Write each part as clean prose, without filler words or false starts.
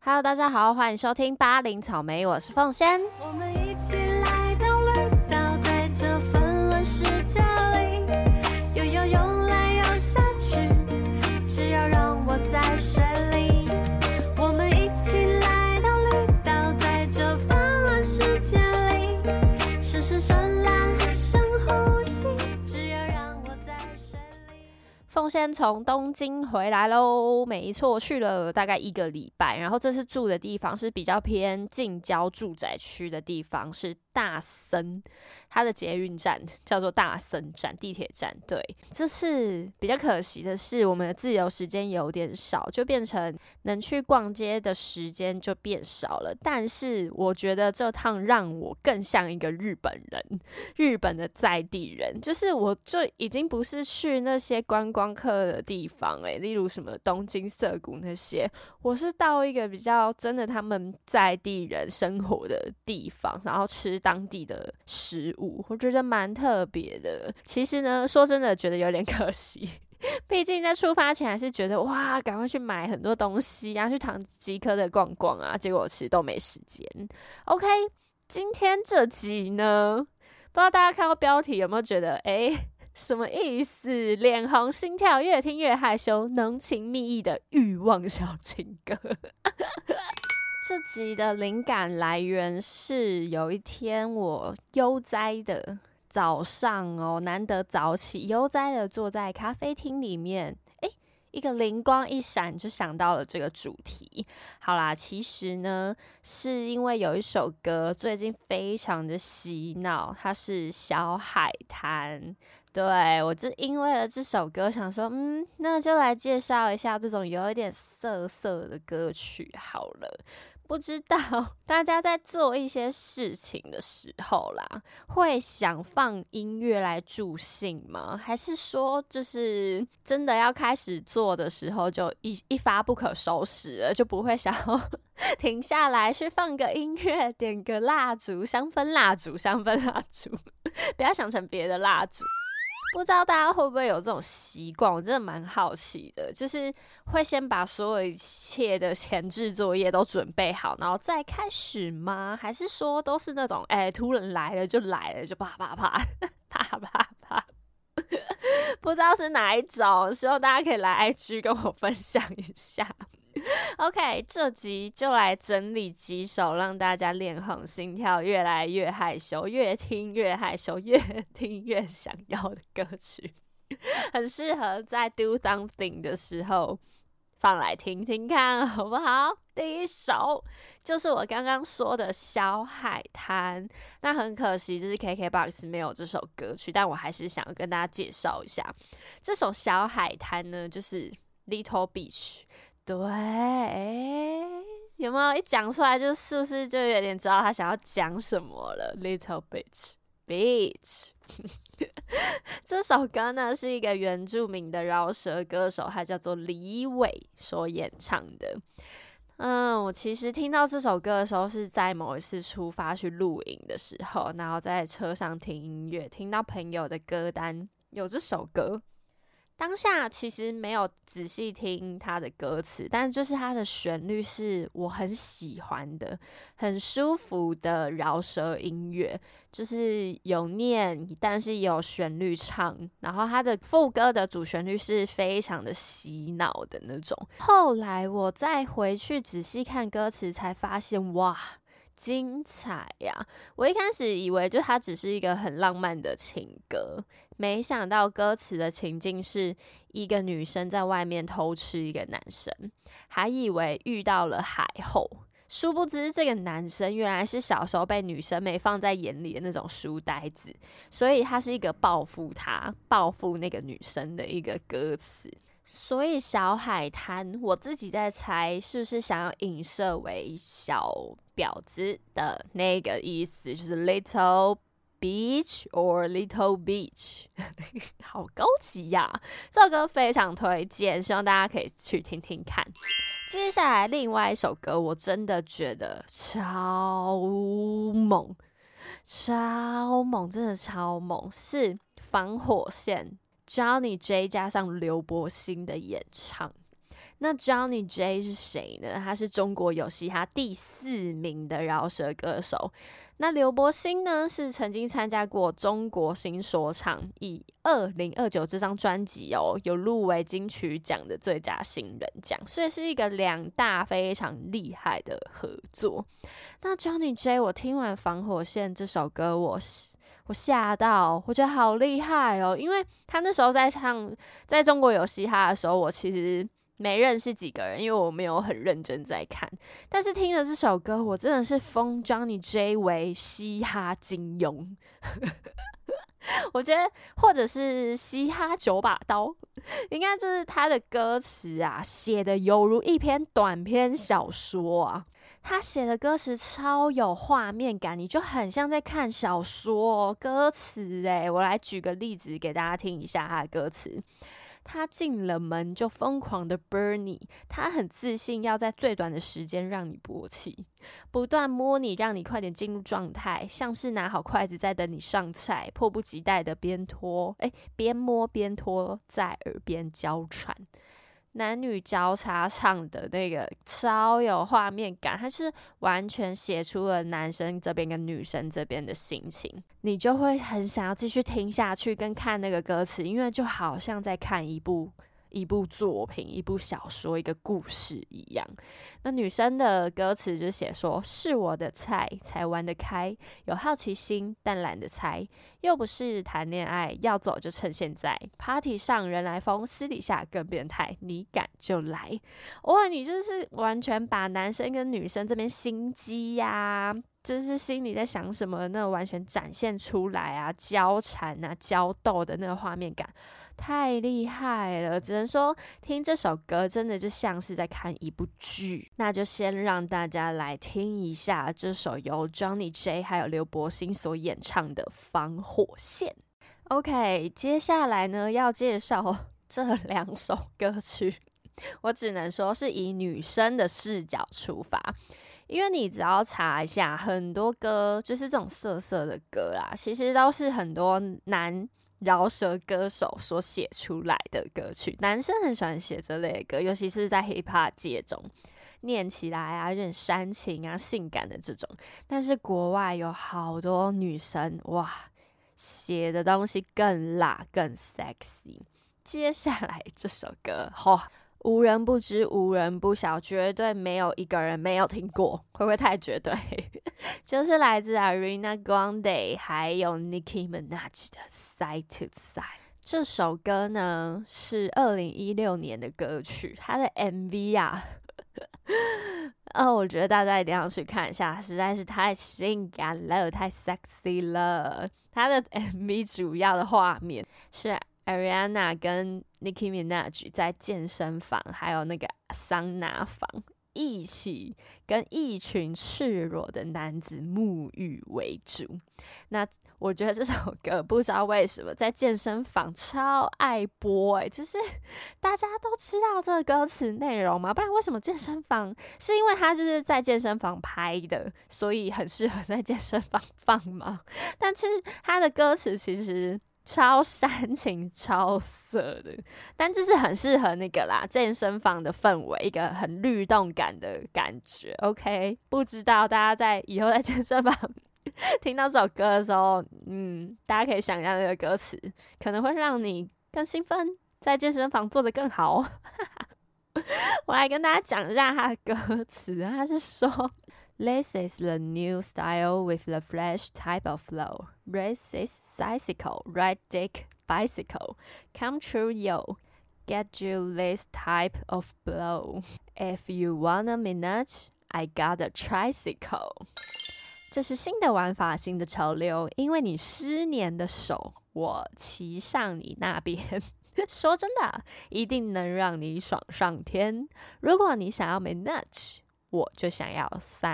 Hello， 大家好，欢迎收听巴黎草莓，我是凤仙。 我们一起来到绿岛，在这纷乱世界里，游游游来游下去，只要让我在水里。我们一起来到绿岛，在这纷乱世界里，深深深蓝深呼吸，只要让我在水里。 凤仙从东京回来喽，没错，去了大概1个礼拜，然后这次住的地方是比较偏近郊住宅区的地方，是大森，它的捷运站叫做大森站，地铁站。对，这次比较可惜的是，我们的自由时间有点少，就变成能去逛街的时间就变少了。但是我觉得这趟让我更像一个日本人，日本的在地人，就是我就已经不是去那些观光客的地方例如什么东京涩谷那些，我是到一个比较真的他们在地人生活的地方，然后吃当地的食物，我觉得蛮特别的。其实呢，说真的觉得有点可惜，毕竟在出发前还是觉得哇，赶快去买很多东西啊，去唐吉诃德逛逛啊，结果其实都没时间。OK， 今天这集呢，不知道大家看到标题有没有觉得什么意思？脸红心跳，越听越害羞，浓情蜜意的欲望小情歌。这集的灵感来源是有一天我悠哉的早上难得早起，悠哉的坐在咖啡厅里面，一个灵光一闪就想到了这个主题。好啦，其实呢是因为有一首歌最近非常的洗脑，它是小海滩。对，我就因为了这首歌想说那就来介绍一下这种有一点涩涩的歌曲好了。不知道大家在做一些事情的时候啦，会想放音乐来助兴吗？还是说就是真的要开始做的时候就一发不可收拾了，就不会想要停下来去放个音乐，点个蜡烛，香氛蜡烛，不要想成别的蜡烛。不知道大家会不会有这种习惯，我真的蛮好奇的，就是会先把所有一切的前置作业都准备好，然后再开始吗？还是说都是那种突然来了就啪啪啪啪啪啪不知道是哪一种，希望大家可以来 IG 跟我分享一下。OK， 这集就来整理几首让大家脸红心跳、越来越害羞、越听越害羞、越听越想要的歌曲，很适合在 do something 的时候放来听听看，好不好？第一首就是我刚刚说的小海滩，那很可惜就是 KKBOX 没有这首歌曲，但我还是想要跟大家介绍一下这首小海滩呢，就是 Little Beach。对，有没有一讲出来，就是不是就有点知道他想要讲什么了 ？Little Beach， 这首歌呢是一个原住民的饶舌歌手，他叫做李伟所演唱的。我其实听到这首歌的时候是在某一次出发去露营的时候，然后在车上听音乐，听到朋友的歌单有这首歌。当下其实没有仔细听他的歌词，但就是他的旋律是我很喜欢的，很舒服的饶舌音乐，就是有念但是有旋律唱，然后他的副歌的主旋律是非常的洗脑的那种。后来我再回去仔细看歌词才发现，哇，精彩呀！我一开始以为就它只是一个很浪漫的情歌，没想到歌词的情境是一个女生在外面偷吃一个男生，还以为遇到了海后，殊不知这个男生原来是小时候被女生没放在眼里的那种书呆子，所以他是一个报复那个女生的一个歌词。所以小海滩，我自己在猜，是不是想要影射为小婊子的那个意思，就是 little beach or little beach 好高级呀！这首歌非常推荐，希望大家可以去听听看。接下来另外一首歌，我真的觉得超猛，真的超猛，是防火线 Johnny J 加上刘柏辛的演唱。 那 Johnny J 是谁呢？他是中国有嘻哈第4名的饶舌歌手。那刘柏辛呢，是曾经参加过中国新说唱，以2029这张专辑有入围金曲奖的最佳新人奖，所以是一个2大非常厉害的合作。那 Johnny J 我听完《防火线》这首歌，我吓到，我觉得好厉害哦！因为他那时候在中国有嘻哈的时候，我其实没认识几个人，因为我没有很认真在看。但是听了这首歌，我真的是封 Johnny J 为嘻哈金庸。我觉得，或者是嘻哈9把刀，应该就是他的歌词啊，写的犹如一篇短篇小说啊。他写的歌词超有画面感，你就很像在看小说哦。歌词我来举个例子给大家听一下他的歌词。他进了门就疯狂的 burn 你，他很自信要在最短的时间让你勃起，不断摸你让你快点进入状态，像是拿好筷子在等你上菜，迫不及待的边摸边拖在耳边娇喘。男女交叉唱的那个超有画面感，它是完全写出了男生这边跟女生这边的心情，你就会很想要继续听下去跟看那个歌词，因为就好像在看一部作品、一部小说、一个故事一样。那女生的歌词就写说，是我的菜才玩得开，有好奇心但懒得猜，又不是谈恋爱，要走就趁现在， Party 上人来疯，私底下更变态，你敢就来。哇，你就是完全把男生跟女生这边心机呀，就是心里在想什么那完全展现出来啊，交缠啊交斗的那个画面感太厉害了，只能说听这首歌真的就像是在看一部剧。那就先让大家来听一下这首由 Johnny J 还有刘柏辛所演唱的《防火线》。 OK， 接下来呢要介绍这2首歌曲，我只能说是以女生的视角出发，因为你只要查一下，很多歌就是这种色色的歌啊，其实都是很多男饶舌歌手所写出来的歌曲。男生很喜欢写这类的歌，尤其是在 hiphop 界中，念起来啊有点煽情啊性感的这种。但是国外有好多女生哇，写的东西更辣更 sexy。 接下来这首歌无人不知无人不晓，绝对没有一个人没有听过，会不会太绝对？就是来自 Ariana Grande 还有 Nicki Minaj 的 Side to Side。 这首歌呢是2016年的歌曲，它的 MV 啊我觉得大家一定要去看一下，实在是太性感了，太 sexy 了。它的 MV 主要的画面是Ariana 跟 Nicki Minaj 在健身房还有那个桑拿房一起跟一群赤裸的男子沐浴为主。那我觉得这首歌不知道为什么在健身房超爱播就是大家都知道这个歌词内容吗？不然为什么健身房？是因为它就是在健身房拍的，所以很适合在健身房放吗？但是它的歌词其实超煽情超色的，但就是很适合那个啦健身房的氛围，一个很律动感的感觉。 OK， 不知道大家以后在健身房听到这首歌的时候大家可以想象那个歌词，可能会让你更兴奋，在健身房做得更好我来跟大家讲一下他的歌词，他是说This is the new style with the fresh type of flow. Racist bicycle, ride dick bicycle. Come true yo, get you this type of blow. If you wanna Minaj, I got a tricycle. 这是新的玩法，新的潮流，因为你湿黏的手，我骑上你那边。说真的，一定能让你爽上天。如果你想要 Minaj，我就想要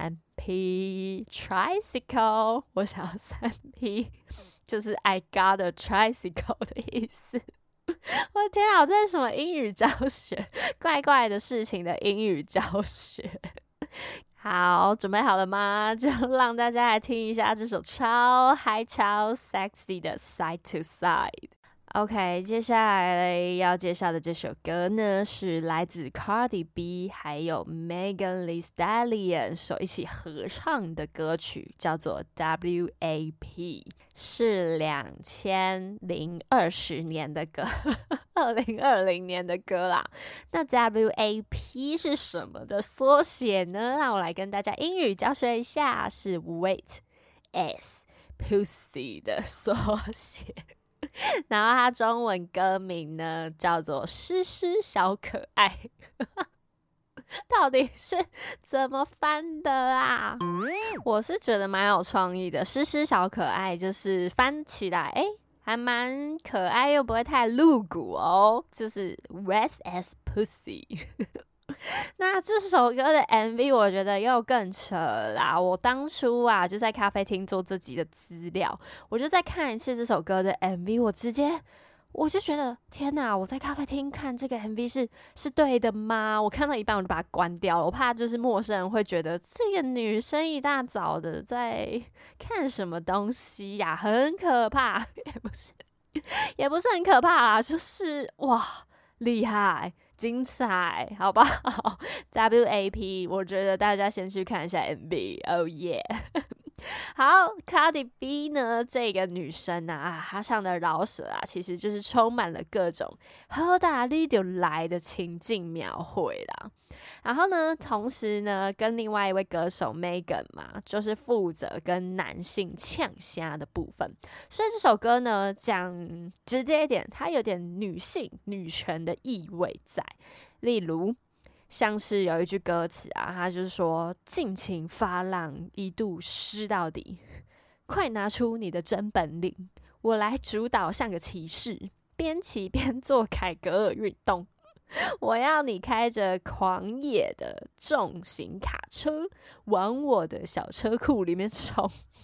3P tricycle， 我想要3P， 就是 I got a tricycle 的意思。我的天啊，这是什么英语教学？怪怪的事情的英语教学。好，准备好了吗？就让大家来听一下这首超嗨超 sexy 的 Side to Side。 OK， 接下来要介绍的这首歌呢，是来自 Cardi B 还有 Megan Thee Stallion 所一起合唱的歌曲，叫做 WAP， 是2020年的歌2020年的歌啦。那 WAP 是什么的缩写呢？让我来跟大家英语教学一下，是 Wait as Pussy 的缩写。然后它中文歌名呢叫做诗诗小可爱到底是怎么翻的啊？我是觉得蛮有创意的，诗诗小可爱就是翻起来还蛮可爱又不会太露骨哦，就是 Wet as Pussy 那这首歌的 MV 我觉得又更扯啦，我当初啊就在咖啡厅做这集的资料，我就再看一次这首歌的 MV， 我就觉得天哪，我在咖啡厅看这个 MV 是对的吗？我看到一半我就把它关掉了，我怕就是陌生人会觉得这个女生一大早的在看什么东西呀，很可怕，也不是很可怕啦，就是哇厉害精彩，好不好？WAP， 我觉得大家先去看一下 MV，Oh yeah 好 ，Cardi B 呢，这个女生啊，她唱的饶舌啊，其实就是充满了各种好大力就来的情境描绘啦。然后呢，同时呢，跟另外一位歌手 Megan 嘛，就是负责跟男性呛虾的部分。所以这首歌呢，讲直接一点，它有点女性女权的意味在。例如，像是有一句歌词啊，他就是说尽情发浪，一度湿到底，快拿出你的真本领，我来主导，像个骑士，边骑边做凯格尔运动。我要你开着狂野的重型卡车，往我的小车库里面冲。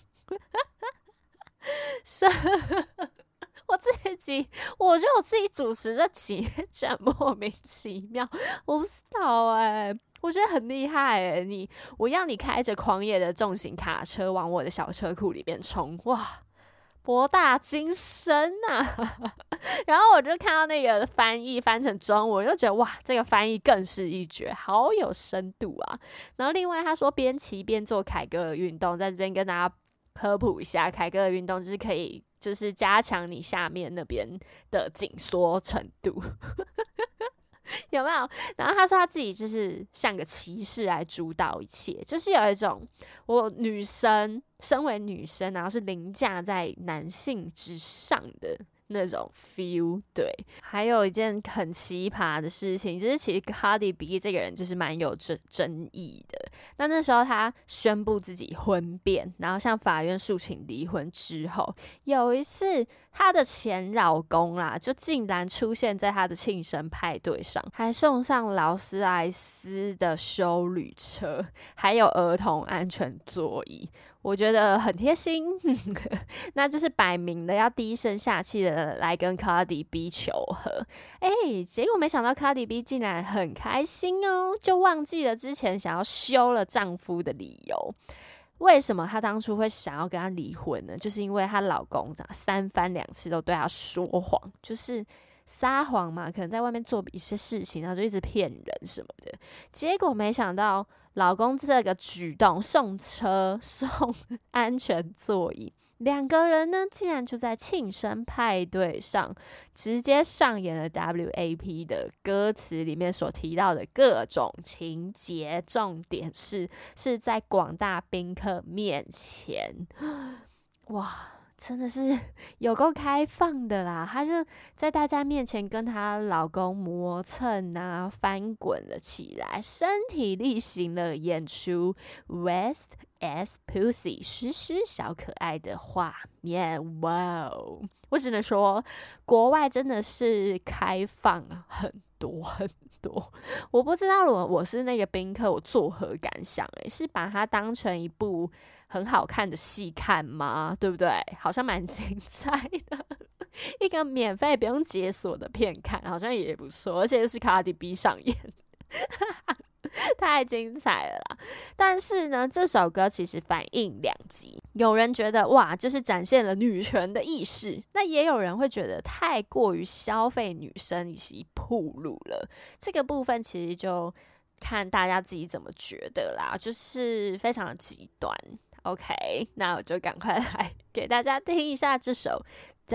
我觉得我自己主持这集觉得莫名其妙，我不知道我觉得很厉害我要你开着狂野的重型卡车往我的小车库里面冲，哇，博大精深啊！然后我就看到那个翻译翻成中文，我就觉得哇，这个翻译更是一绝，好有深度啊！然后另外他说边骑边做凯格尔运动，在这边跟大家科普一下，凯格尔运动就是可以就是加强你下面那边的紧缩程度。有没有？然后他说他自己就是像个骑士来主导一切，就是有一种我女生身为女生，然后是凌驾在男性之上的那种 feel。 对，还有一件很奇葩的事情，就是其实 Cardi B 这个人就是蛮有争议的。那时候他宣布自己婚变，然后向法院诉请离婚之后，有一次她的前老公啦，就竟然出现在她的庆生派对上，还送上劳斯莱斯的休旅车，还有儿童安全座椅。我觉得很贴心，那就是摆明了要低声下气的来跟 Cardi B 求和。结果没想到 Cardi B 竟然很开心哦，就忘记了之前想要休了丈夫的理由。为什么她当初会想要跟他离婚呢？就是因为她老公三番两次都对她说谎，就是撒谎嘛，可能在外面做一些事情，然后就一直骗人什么的。结果没想到老公这个举动，送车送安全座椅，两个人呢竟然就在庆生派对上直接上演了 WAP 的歌词里面所提到的各种情节，重点是在广大宾客面前，哇，真的是有够开放的啦！她就在大家面前跟她老公磨蹭啊，翻滚了起来，身体力行了演出 West as Pussy 诗诗小可爱的画面。哇哦！我只能说，国外真的是开放很多很多。我不知道我是那个宾客，我作何感想？是把它当成一部很好看的戏看吗？对不对？好像蛮精彩的，一个免费不用解锁的片看，好像也不错，而且是 Cardi B 上演。 太精彩了啦！但是呢，这首歌其实反应两极，有人觉得哇，就是展现了女权的意识，那也有人会觉得太过于消费女生以及暴露了。这个部分其实就看大家自己怎么觉得啦，就是非常的极端。OK， 那我就赶快来给大家听一下这首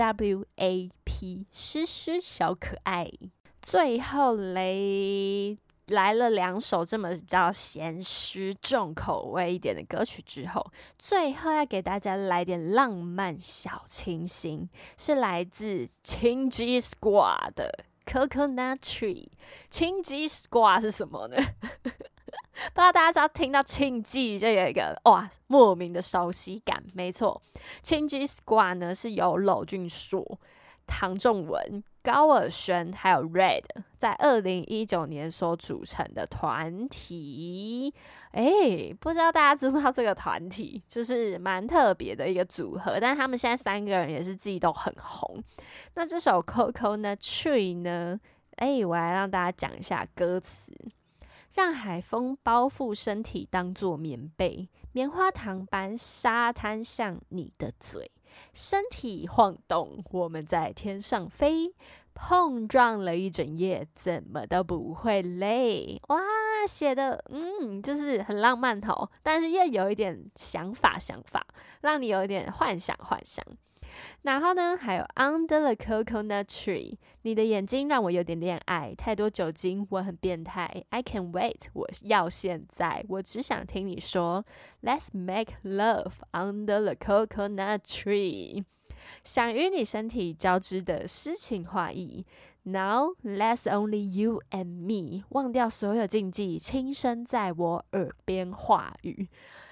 WAP 诗诗小可爱。最后嘞，来了2首这么比较咸湿重口味一点的歌曲之后，最后要给大家来点浪漫小清新，是来自青鸡 Squad 的 Coconut Tree。 青鸡 Squad 是什么呢？不知道大家只要听到庆记就有一个哇莫名的熟悉感。没错，庆记 Squad 呢是由娄俊硕、唐仲文、高尔宣还有 Red 在2019年所组成的团体。不知道大家知不知道这个团体，就是蛮特别的一个组合，但他们现在3个人也是自己都很红。那这首 Coconut Tree 呢，我来让大家讲一下歌词。让海风包覆身体当作棉被，棉花糖般沙滩像你的嘴，身体晃动，我们在天上飞，碰撞了一整夜，怎么都不会累。哇，写的就是很浪漫头，但是又有一点想法，让你有一点幻想。然后呢，还有 Under the Coconut Tree， 你的眼睛让我有点恋爱，太多酒精我很变态， I can wait， 我要现在，我只想听你说 Let's make love under the coconut tree， 想与你身体交织的诗情画意， Now let's only you and me， 忘掉所有禁忌，轻声在我耳边话语。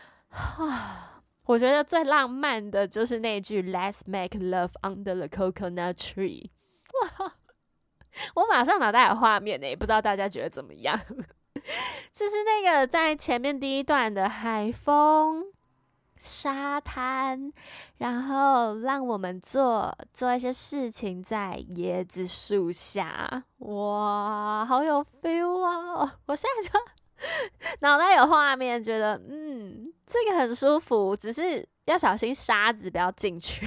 我觉得最浪漫的就是那句 Let's make love under the coconut tree。 哇，我马上脑袋有画面不知道大家觉得怎么样？就是那个在前面第一段的海风、沙滩，然后让我们做一些事情在椰子树下。哇，好有 feel 啊！我现在就脑袋有画面，觉得这个很舒服，只是要小心沙子不要进去。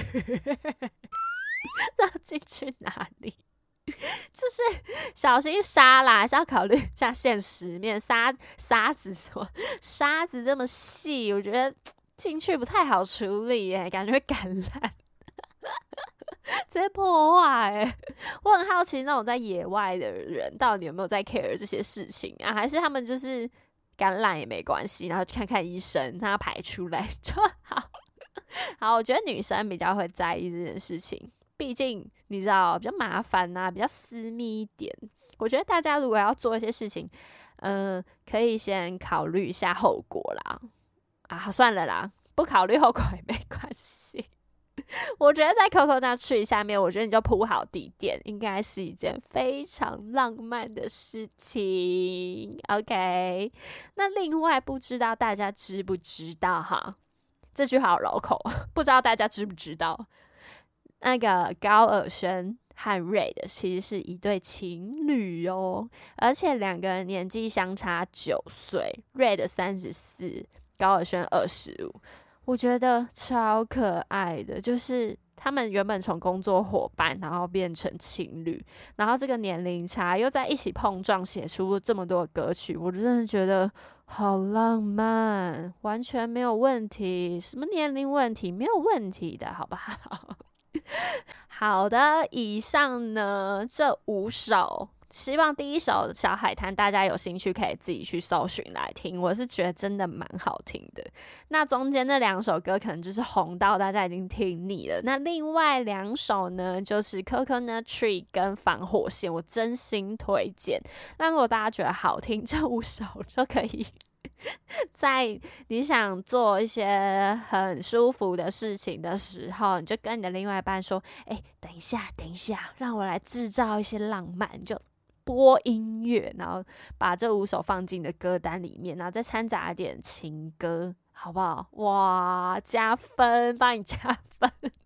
要进去哪里？就是小心沙啦，还是要考虑一下现实面。沙子什么？沙子这么细，我觉得进去不太好处理感觉会感染。直接破坏我很好奇那种在野外的人到底有没有在 care 这些事情啊？还是他们就是感染也没关系，然后去看看医生，让他排出来就好。好，我觉得女生比较会在意这件事情，毕竟你知道比较麻烦比较私密一点。我觉得大家如果要做一些事情，可以先考虑一下后果啦。算了啦，不考虑后果也没关系。我觉得在 Coconut Tree 下面，我觉得你就铺好地垫，应该是一件非常浪漫的事情。OK， 那另外不知道大家知不知道哈？这句好绕口，不知道大家知不知道？那个高尔宣和 Red 其实是一对情侣哦，而且2个人年纪相差9岁 ，Red 34，高尔宣25。我觉得超可爱的，就是他们原本从工作伙伴，然后变成情侣，然后这个年龄差又在一起碰撞，写出这么多的歌曲，我真的觉得好浪漫，完全没有问题，什么年龄问题没有问题的，好不好？好的，以上呢这5首。希望第一首《小海滩》大家有兴趣可以自己去搜寻来听，我是觉得真的蛮好听的。那中间那2首歌可能就是红到大家已经听腻了。那另外2首呢，就是《Coconut Tree》跟《防火线》，我真心推荐。那如果大家觉得好听，这5首就可以在你想做一些很舒服的事情的时候，你就跟你的另外一半说：“等一下，让我来制造一些浪漫。”就播音乐，然后把这5首放进你的歌单里面，然后再掺杂一点情歌，好不好？哇，加分，帮你加分。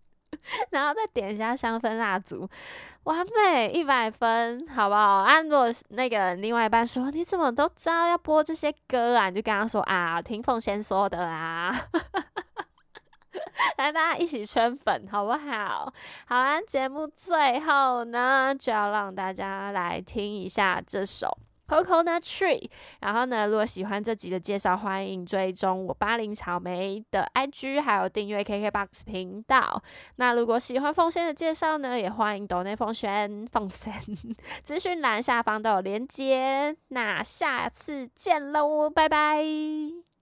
然后再点一下香氛蜡烛，完美100分，好不好？如果那个另外一半说你怎么都知道要播这些歌啊，你就跟他说啊，听凤仙说的啊。来，大家一起圈粉，好不好？好啊，节目最后呢，就要让大家来听一下这首Coconut Tree。然后呢，如果喜欢这集的介绍，欢迎追踪我80草莓的 IG， 还有订阅 KKBOX 频道。那如果喜欢凤仙的介绍呢，也欢迎抖内凤仙，资讯栏下方都有连结。那下次见喽，拜拜。